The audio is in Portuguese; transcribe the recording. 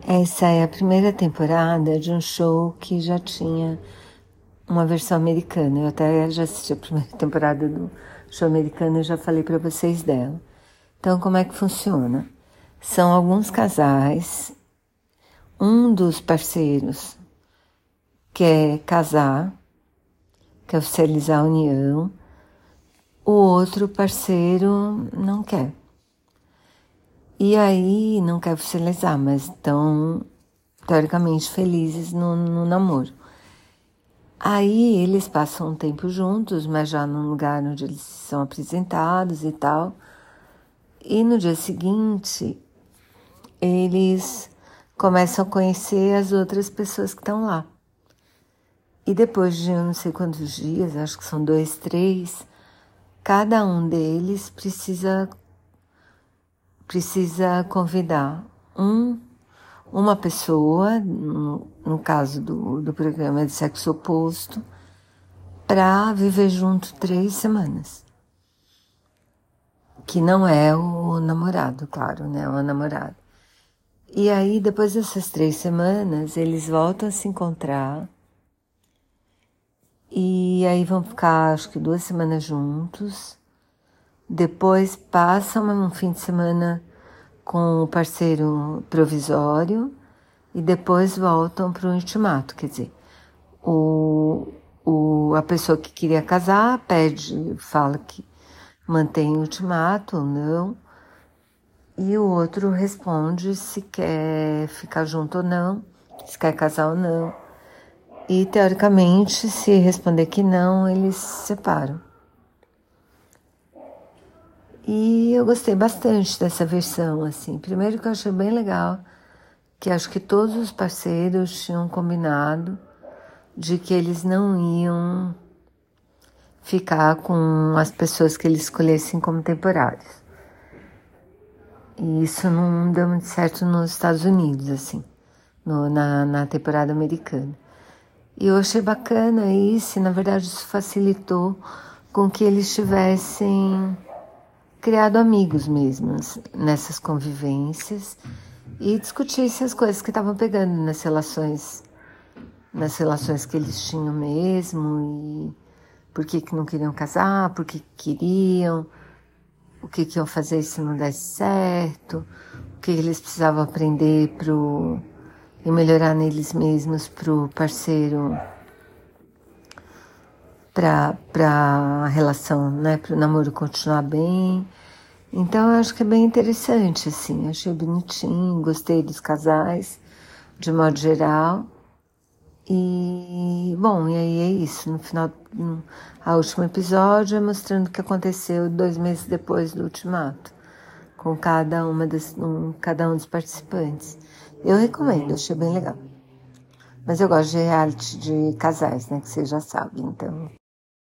Essa é a primeira temporada de um show que já tinha uma versão americana. Eu até já assisti a primeira temporada do show americano e já falei para vocês dela. Então, como é que funciona? São alguns casais, um dos parceiros quer casar, quer oficializar a união, o outro parceiro não quer. E aí não quer oficializar, mas estão teoricamente felizes no namoro. Aí eles passam um tempo juntos, mas já num lugar onde eles são apresentados e tal. E no dia seguinte, eles começam a conhecer as outras pessoas que estão lá. E depois de eu não sei quantos dias, acho que são 2, 3, cada um deles precisa convidar uma pessoa, no caso do programa de sexo oposto, para viver junto 3 semanas. Que não é o namorado, claro, né? O namorado. E aí, depois dessas 3 semanas, eles voltam a se encontrar. E aí vão ficar, acho que 2 semanas juntos. Depois passam um fim de semana com o parceiro provisório e depois voltam para o intimato. Quer dizer, a pessoa que queria casar fala que mantém o ultimato ou não, e o outro responde se quer ficar junto ou não, se quer casar ou não. E, teoricamente, se responder que não, eles se separam. E eu gostei bastante dessa versão, assim. Primeiro que eu achei bem legal, que acho que todos os parceiros tinham combinado de que eles não iam ficar com as pessoas que eles escolhessem como temporários. E isso não deu muito certo nos Estados Unidos, assim, na temporada americana. E eu achei bacana isso, e na verdade isso facilitou com que eles tivessem criado amigos mesmo nessas convivências e discutissem as coisas que estavam pegando nas relações que eles tinham mesmo, e por que não queriam casar, por que queriam, o que iam fazer se não desse certo, o que eles precisavam aprender e melhorar neles mesmos pro parceiro, para a relação, né, para o namoro continuar bem. Então eu acho que é bem interessante, assim, achei bonitinho, gostei dos casais, de modo geral. E, bom, e aí é isso, no final, a último episódio é mostrando o que aconteceu 2 meses depois do ultimato, com cada um dos participantes. Eu recomendo, achei bem legal. Mas eu gosto de reality de casais, né, que vocês já sabem, então